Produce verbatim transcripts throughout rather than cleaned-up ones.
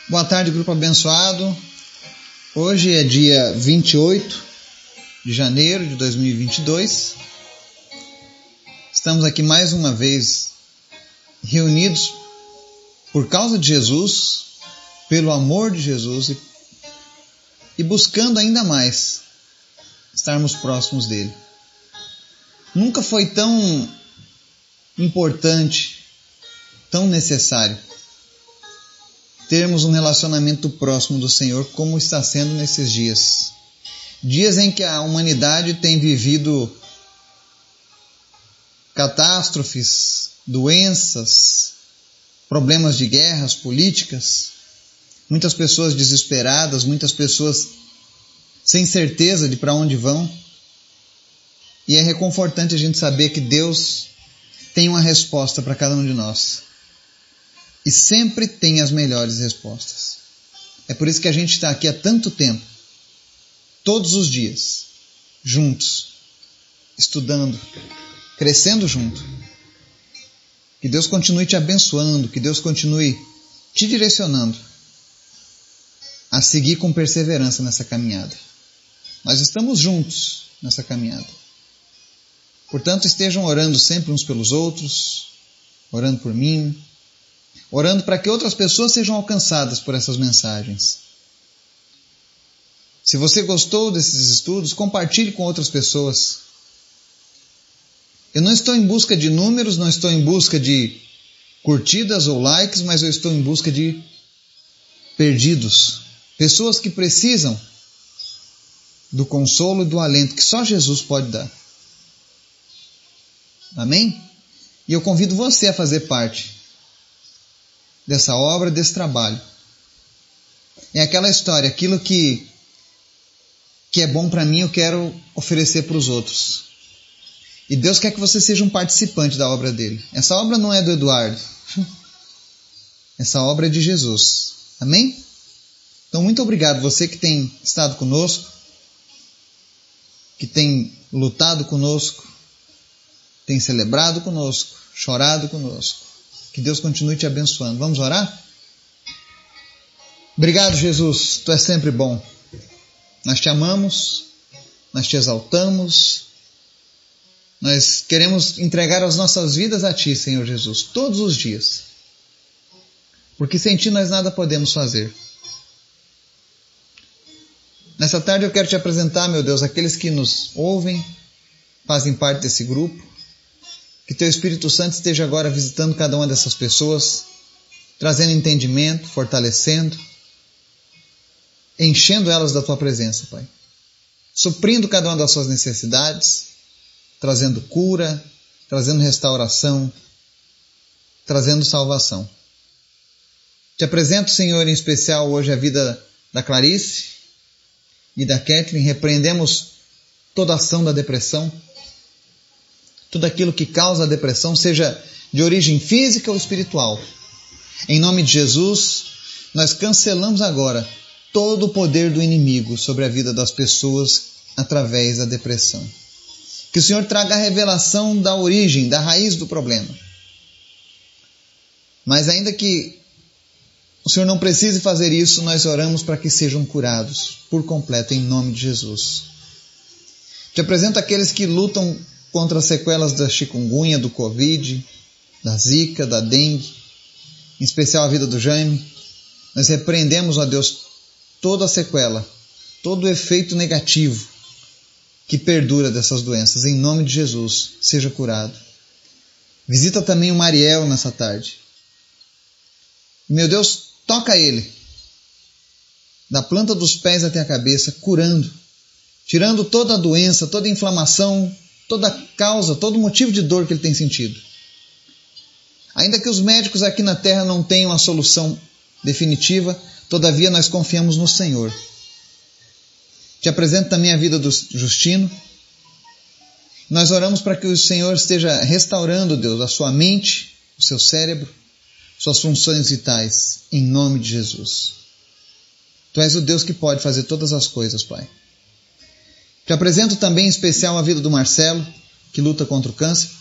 Boa tarde, grupo abençoado. Hoje é dia vinte e oito de janeiro de dois mil e vinte e dois. Estamos aqui mais uma vez reunidos por causa de Jesus, pelo amor de Jesus e, e buscando ainda mais estarmos próximos dele. Nunca foi tão importante, tão necessário termos um relacionamento próximo do Senhor como está sendo nesses dias. Dias em que a humanidade tem vivido catástrofes, doenças, problemas de guerras, políticas, muitas pessoas desesperadas, muitas pessoas sem certeza de para onde vão. E é reconfortante a gente saber que Deus tem uma resposta para cada um de nós. E sempre tem as melhores respostas. É por isso que a gente está aqui há tanto tempo, todos os dias, juntos, estudando, crescendo junto. Que Deus continue te abençoando, que Deus continue te direcionando a seguir com perseverança nessa caminhada. Nós estamos juntos nessa caminhada. Portanto, estejam orando sempre uns pelos outros, orando por mim, orando para que outras pessoas sejam alcançadas por essas mensagens. Se você gostou desses estudos, compartilhe com outras pessoas. Eu não estou em busca de números, não estou em busca de curtidas ou likes, mas eu estou em busca de perdidos. Pessoas que precisam do consolo e do alento que só Jesus pode dar. Amém? E eu convido você a fazer parte dessa obra, desse trabalho. É aquela história, aquilo que, que é bom para mim, eu quero oferecer para os outros. E Deus quer que você seja um participante da obra dele. Essa obra não é do Eduardo. Essa obra é de Jesus. Amém? Então, muito obrigado você que tem estado conosco, que tem lutado conosco, tem celebrado conosco, chorado conosco. Que Deus continue te abençoando. Vamos orar? Obrigado, Jesus. Tu és sempre bom. Nós te amamos, nós te exaltamos, nós queremos entregar as nossas vidas a Ti, Senhor Jesus, todos os dias. Porque sem Ti nós nada podemos fazer. Nessa tarde eu quero te apresentar, meu Deus, aqueles que nos ouvem, fazem parte desse grupo. Que Teu Espírito Santo esteja agora visitando cada uma dessas pessoas, trazendo entendimento, fortalecendo, enchendo elas da Tua presença, Pai. Suprindo cada uma das suas necessidades, trazendo cura, trazendo restauração, trazendo salvação. Te apresento, Senhor, em especial hoje a vida da Clarice e da Kathleen. Repreendemos toda ação da depressão, tudo aquilo que causa a depressão, seja de origem física ou espiritual. Em nome de Jesus, nós cancelamos agora todo o poder do inimigo sobre a vida das pessoas através da depressão. Que o Senhor traga a revelação da origem, da raiz do problema. Mas ainda que o Senhor não precise fazer isso, nós oramos para que sejam curados por completo, em nome de Jesus. Te apresento aqueles que lutam contra as sequelas da chikungunya, do Covid, da Zika, da dengue, em especial a vida do Jaime. Nós repreendemos, ó Deus, toda a sequela, todo o efeito negativo que perdura dessas doenças. Em nome de Jesus, seja curado. Visita também o Mariel nessa tarde. Meu Deus, toca ele, da planta dos pés até a cabeça, curando, tirando toda a doença, toda a inflamação, toda a causa, todo o motivo de dor que ele tem sentido. Ainda que os médicos aqui na terra não tenham a solução definitiva, todavia nós confiamos no Senhor. Te apresento também a vida do Justino. Nós oramos para que o Senhor esteja restaurando, Deus, a sua mente, o seu cérebro, suas funções vitais, em nome de Jesus. Tu és o Deus que pode fazer todas as coisas, Pai. Te apresento também em especial a vida do Marcelo, que luta contra o câncer.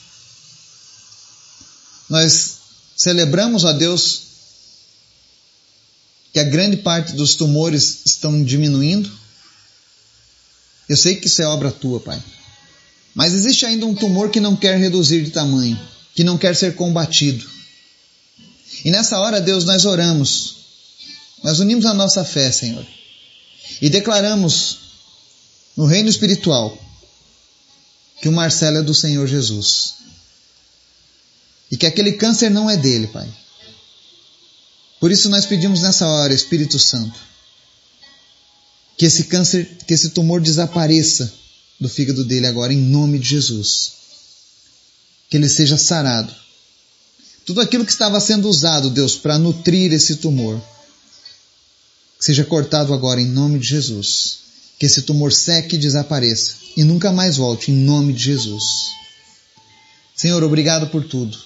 Nós celebramos a Deus que a grande parte dos tumores estão diminuindo. Eu sei que isso é obra tua, Pai. Mas existe ainda um tumor que não quer reduzir de tamanho, que não quer ser combatido. E nessa hora, Deus, nós oramos. Nós unimos a nossa fé, Senhor. E declaramos no reino espiritual que o Marcelo é do Senhor Jesus. E que aquele câncer não é dele, Pai. Por isso nós pedimos nessa hora, Espírito Santo, que esse câncer, que esse tumor desapareça do fígado dele agora, em nome de Jesus. Que ele seja sarado. Tudo aquilo que estava sendo usado, Deus, para nutrir esse tumor, que seja cortado agora, em nome de Jesus. Que esse tumor seque e desapareça e nunca mais volte, em nome de Jesus. Senhor, obrigado por tudo.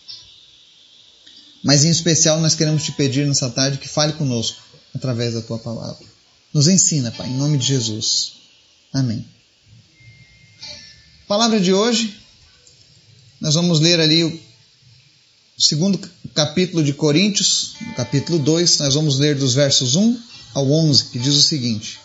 Mas em especial nós queremos te pedir nessa tarde que fale conosco através da tua palavra. Nos ensina, Pai, em nome de Jesus. Amém. Palavra de hoje, nós vamos ler ali o segundo capítulo de Coríntios, no capítulo dois, nós vamos ler dos versos um ao onze, que diz o seguinte: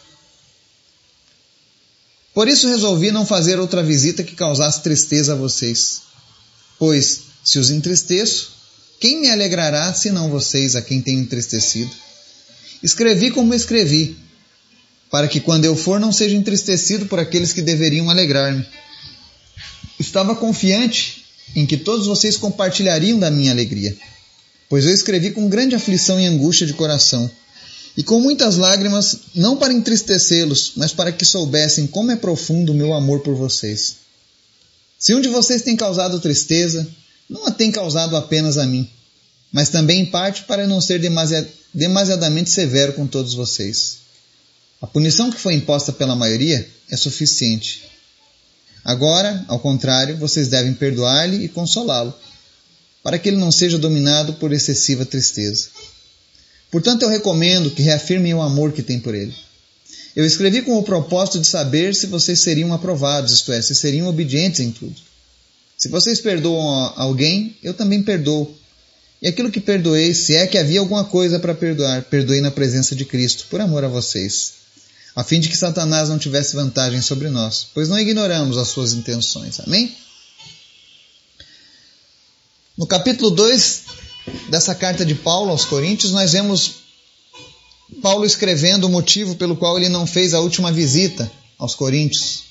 Por isso resolvi não fazer outra visita que causasse tristeza a vocês, pois, se os entristeço, quem me alegrará, senão vocês, a quem tenho entristecido? Escrevi como escrevi, para que quando eu for não seja entristecido por aqueles que deveriam alegrar-me. Estava confiante em que todos vocês compartilhariam da minha alegria, pois eu escrevi com grande aflição e angústia de coração, e com muitas lágrimas, não para entristecê-los, mas para que soubessem como é profundo o meu amor por vocês. Se um de vocês tem causado tristeza, não a tem causado apenas a mim, mas também em parte para não ser demasiad- demasiadamente severo com todos vocês. A punição que foi imposta pela maioria é suficiente. Agora, ao contrário, vocês devem perdoar-lhe e consolá-lo, para que ele não seja dominado por excessiva tristeza. Portanto, eu recomendo que reafirmem o amor que têm por ele. Eu escrevi com o propósito de saber se vocês seriam aprovados, isto é, se seriam obedientes em tudo. Se vocês perdoam alguém, eu também perdoo. E aquilo que perdoei, se é que havia alguma coisa para perdoar, perdoei na presença de Cristo, por amor a vocês, a fim de que Satanás não tivesse vantagem sobre nós, pois não ignoramos as suas intenções. Amém? No capítulo dois dessa carta de Paulo aos Coríntios, nós vemos Paulo escrevendo o motivo pelo qual ele não fez a última visita aos Coríntios.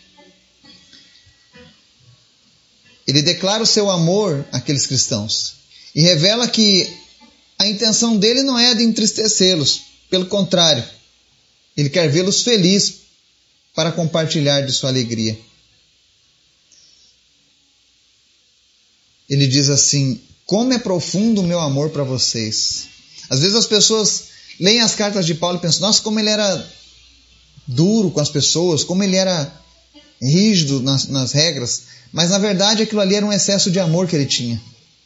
Ele declara o seu amor àqueles cristãos e revela que a intenção dele não é a de entristecê-los, pelo contrário, ele quer vê-los felizes para compartilhar de sua alegria. Ele diz assim: como é profundo o meu amor para vocês. Às vezes as pessoas leem as cartas de Paulo e pensam: nossa, como ele era duro com as pessoas, como ele era rígido nas, nas regras. Mas na verdade aquilo ali era um excesso de amor que ele tinha.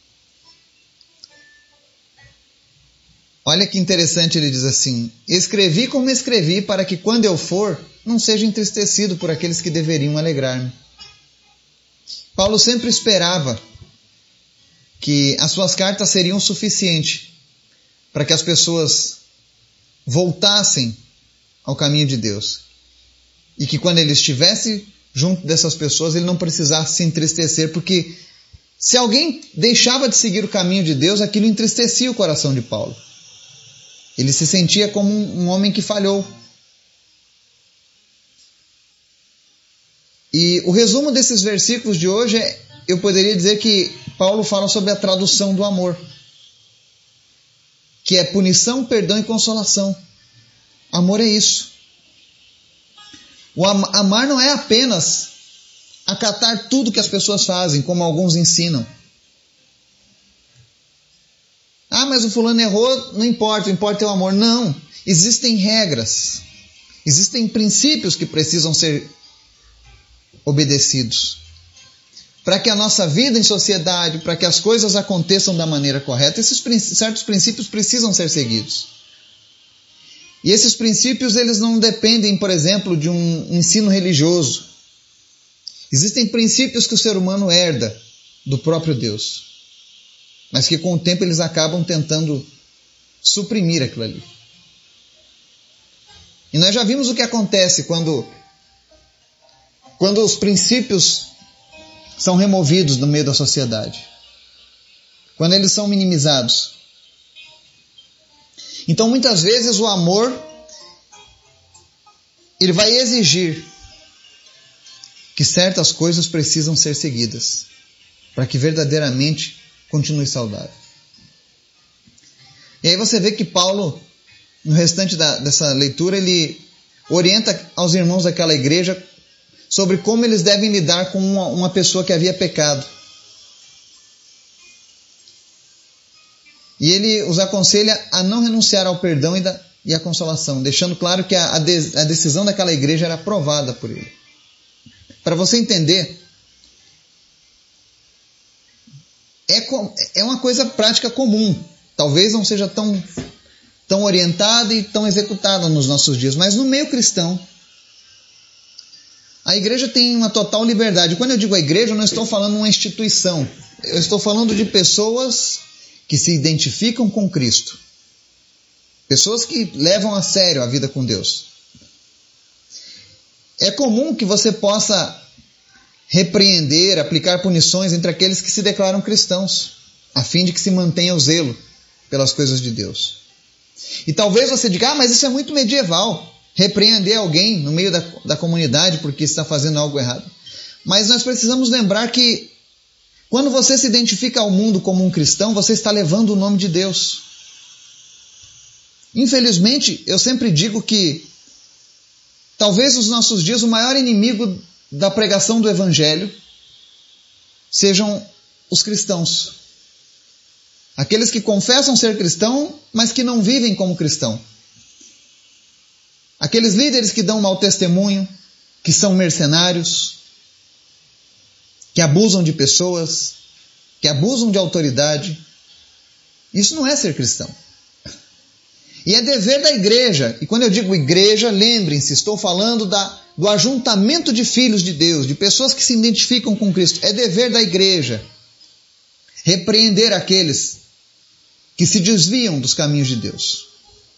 Olha que interessante, ele diz assim: escrevi como escrevi para que quando eu for, não seja entristecido por aqueles que deveriam alegrar-me. Paulo sempre esperava que as suas cartas seriam suficientes para que as pessoas voltassem ao caminho de Deus. E que quando ele estivesse junto dessas pessoas, ele não precisasse se entristecer, porque se alguém deixava de seguir o caminho de Deus, aquilo entristecia o coração de Paulo. Ele se sentia como um, um homem que falhou. E o resumo desses versículos de hoje é, eu poderia dizer que Paulo fala sobre a tradução do amor, que é punição, perdão e consolação. Amor é isso. O am- amar não é apenas acatar tudo que as pessoas fazem, como alguns ensinam. Ah, mas o fulano errou, não importa, importa é o amor. Não, existem regras, existem princípios que precisam ser obedecidos para que a nossa vida em sociedade, para que as coisas aconteçam da maneira correta. Esses princ- certos princípios precisam ser seguidos. E esses princípios, eles não dependem, por exemplo, de um ensino religioso. Existem princípios que o ser humano herda do próprio Deus, mas que com o tempo eles acabam tentando suprimir aquilo ali. E nós já vimos o que acontece quando, quando os princípios são removidos do meio da sociedade. Quando eles são minimizados. Então, muitas vezes, o amor ele vai exigir que certas coisas precisam ser seguidas para que verdadeiramente continue saudável. E aí você vê que Paulo, no restante da, dessa leitura, ele orienta aos irmãos daquela igreja sobre como eles devem lidar com uma, uma pessoa que havia pecado. E ele os aconselha a não renunciar ao perdão e, da, e à consolação, deixando claro que a, a, de, a decisão daquela igreja era aprovada por ele. Para você entender, é, é uma coisa prática comum. Talvez não seja tão, tão orientada e tão executada nos nossos dias, mas no meio cristão, a igreja tem uma total liberdade. Quando eu digo a igreja, eu não estou falando de uma instituição. Eu estou falando de pessoas que se identificam com Cristo. Pessoas que levam a sério a vida com Deus. É comum que você possa repreender, aplicar punições entre aqueles que se declaram cristãos, a fim de que se mantenha o zelo pelas coisas de Deus. E talvez você diga, ah, mas isso é muito medieval, repreender alguém no meio da, da comunidade porque está fazendo algo errado. Mas nós precisamos lembrar que quando você se identifica ao mundo como um cristão, você está levando o nome de Deus. Infelizmente, eu sempre digo que talvez nos nossos dias o maior inimigo da pregação do Evangelho sejam os cristãos. Aqueles que confessam ser cristão, mas que não vivem como cristão. Aqueles líderes que dão mau testemunho, que são mercenários, que abusam de pessoas, que abusam de autoridade. Isso não é ser cristão. E é dever da igreja, e quando eu digo igreja, lembrem-se, estou falando da, do ajuntamento de filhos de Deus, de pessoas que se identificam com Cristo. É dever da igreja repreender aqueles que se desviam dos caminhos de Deus.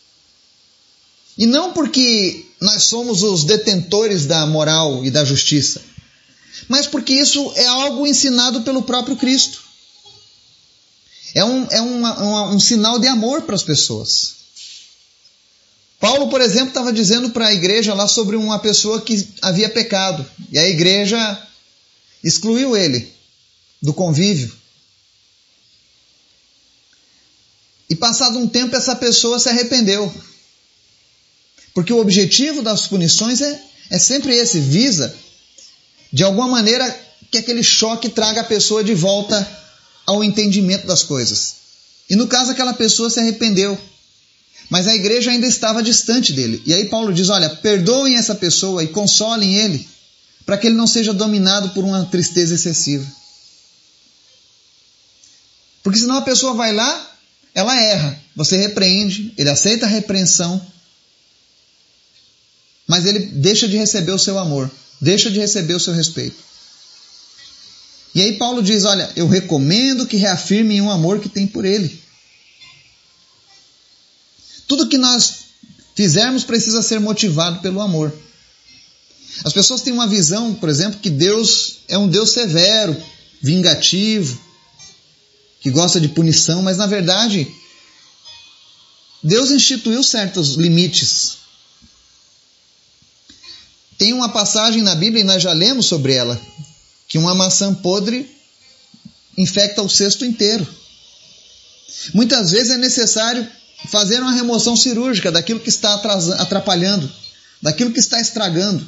E não porque nós somos os detentores da moral e da justiça, mas porque isso é algo ensinado pelo próprio Cristo. É um, é uma, uma, um sinal de amor para as pessoas. Paulo, por exemplo, estava dizendo para a igreja lá sobre uma pessoa que havia pecado. E a igreja excluiu ele do convívio. E passado um tempo, essa pessoa se arrependeu. Porque o objetivo das punições é, é sempre esse, visa, de alguma maneira, que aquele choque traga a pessoa de volta ao entendimento das coisas. E no caso, aquela pessoa se arrependeu. Mas a igreja ainda estava distante dele. E aí Paulo diz, olha, perdoem essa pessoa e consolem ele, para que ele não seja dominado por uma tristeza excessiva. Porque senão a pessoa vai lá, ela erra. Você repreende, ele aceita a repreensão, mas ele deixa de receber o seu amor, deixa de receber o seu respeito. E aí Paulo diz, olha, eu recomendo que reafirmem o amor que tem por ele. Tudo que nós fizermos precisa ser motivado pelo amor. As pessoas têm uma visão, por exemplo, que Deus é um Deus severo, vingativo, que gosta de punição, mas na verdade, Deus instituiu certos limites. Tem uma passagem na Bíblia, e nós já lemos sobre ela, que uma maçã podre infecta o cesto inteiro. Muitas vezes é necessário fazer uma remoção cirúrgica daquilo que está atrapalhando, daquilo que está estragando.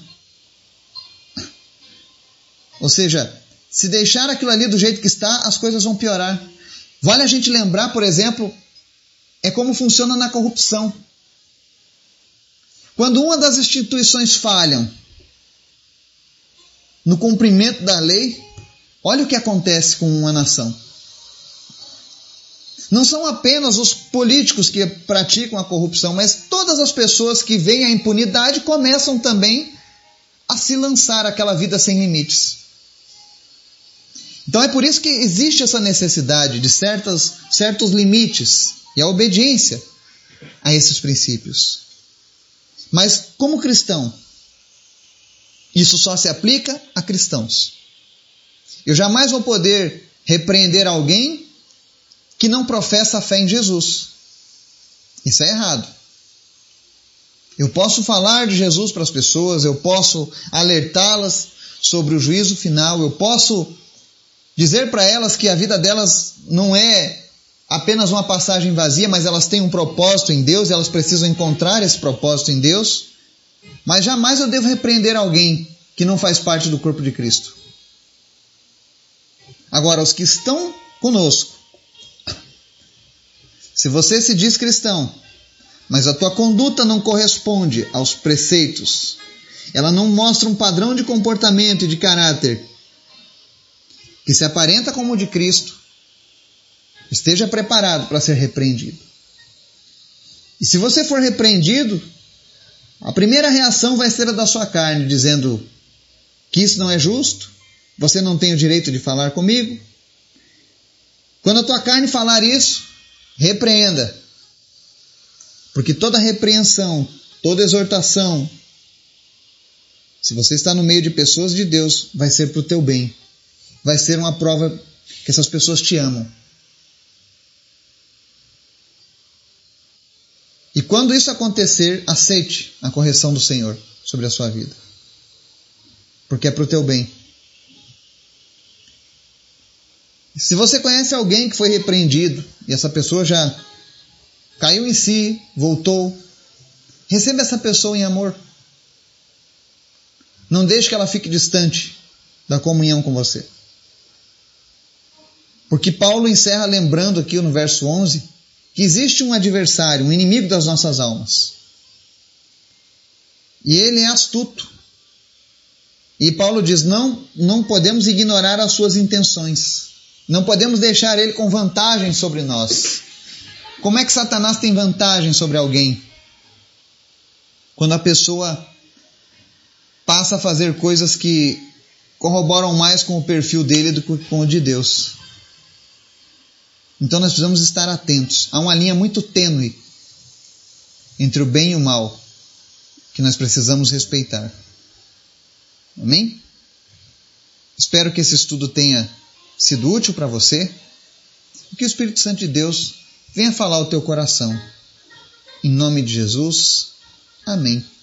Ou seja, se deixar aquilo ali do jeito que está, as coisas vão piorar. Vale a gente lembrar, por exemplo, é como funciona na corrupção. Quando uma das instituições falham no cumprimento da lei, olha o que acontece com uma nação. Não são apenas os políticos que praticam a corrupção, mas todas as pessoas que veem a impunidade começam também a se lançar àquela vida sem limites. Então é por isso que existe essa necessidade de certas, certos limites e a obediência a esses princípios. Mas como cristão, isso só se aplica a cristãos. Eu jamais vou poder repreender alguém que não professa a fé em Jesus. Isso é errado. Eu posso falar de Jesus para as pessoas, eu posso alertá-las sobre o juízo final, eu posso dizer para elas que a vida delas não é apenas uma passagem vazia, mas elas têm um propósito em Deus, e elas precisam encontrar esse propósito em Deus. Mas jamais eu devo repreender alguém que não faz parte do corpo de Cristo. Agora, os que estão conosco, se você se diz cristão, mas a tua conduta não corresponde aos preceitos, ela não mostra um padrão de comportamento e de caráter que se aparenta como o de Cristo, esteja preparado para ser repreendido. E se você for repreendido, a primeira reação vai ser a da sua carne, dizendo que isso não é justo, você não tem o direito de falar comigo. Quando a tua carne falar isso, repreenda. Porque toda repreensão, toda exortação, se você está no meio de pessoas de Deus, vai ser para o teu bem. Vai ser uma prova que essas pessoas te amam. E quando isso acontecer, aceite a correção do Senhor sobre a sua vida. Porque é para o teu bem. Se você conhece alguém que foi repreendido e essa pessoa já caiu em si, voltou, receba essa pessoa em amor. Não deixe que ela fique distante da comunhão com você. Porque Paulo encerra lembrando aqui no verso onze que existe um adversário, um inimigo das nossas almas. E ele é astuto. E Paulo diz, não, não podemos ignorar as suas intenções. Não podemos deixar ele com vantagem sobre nós. Como é que Satanás tem vantagem sobre alguém? Quando a pessoa passa a fazer coisas que corroboram mais com o perfil dele do que com o de Deus. Então nós precisamos estar atentos. Há uma linha muito tênue entre o bem e o mal que nós precisamos respeitar. Amém? Espero que esse estudo tenha sido útil para você e que o Espírito Santo de Deus venha falar ao teu coração. Em nome de Jesus. Amém.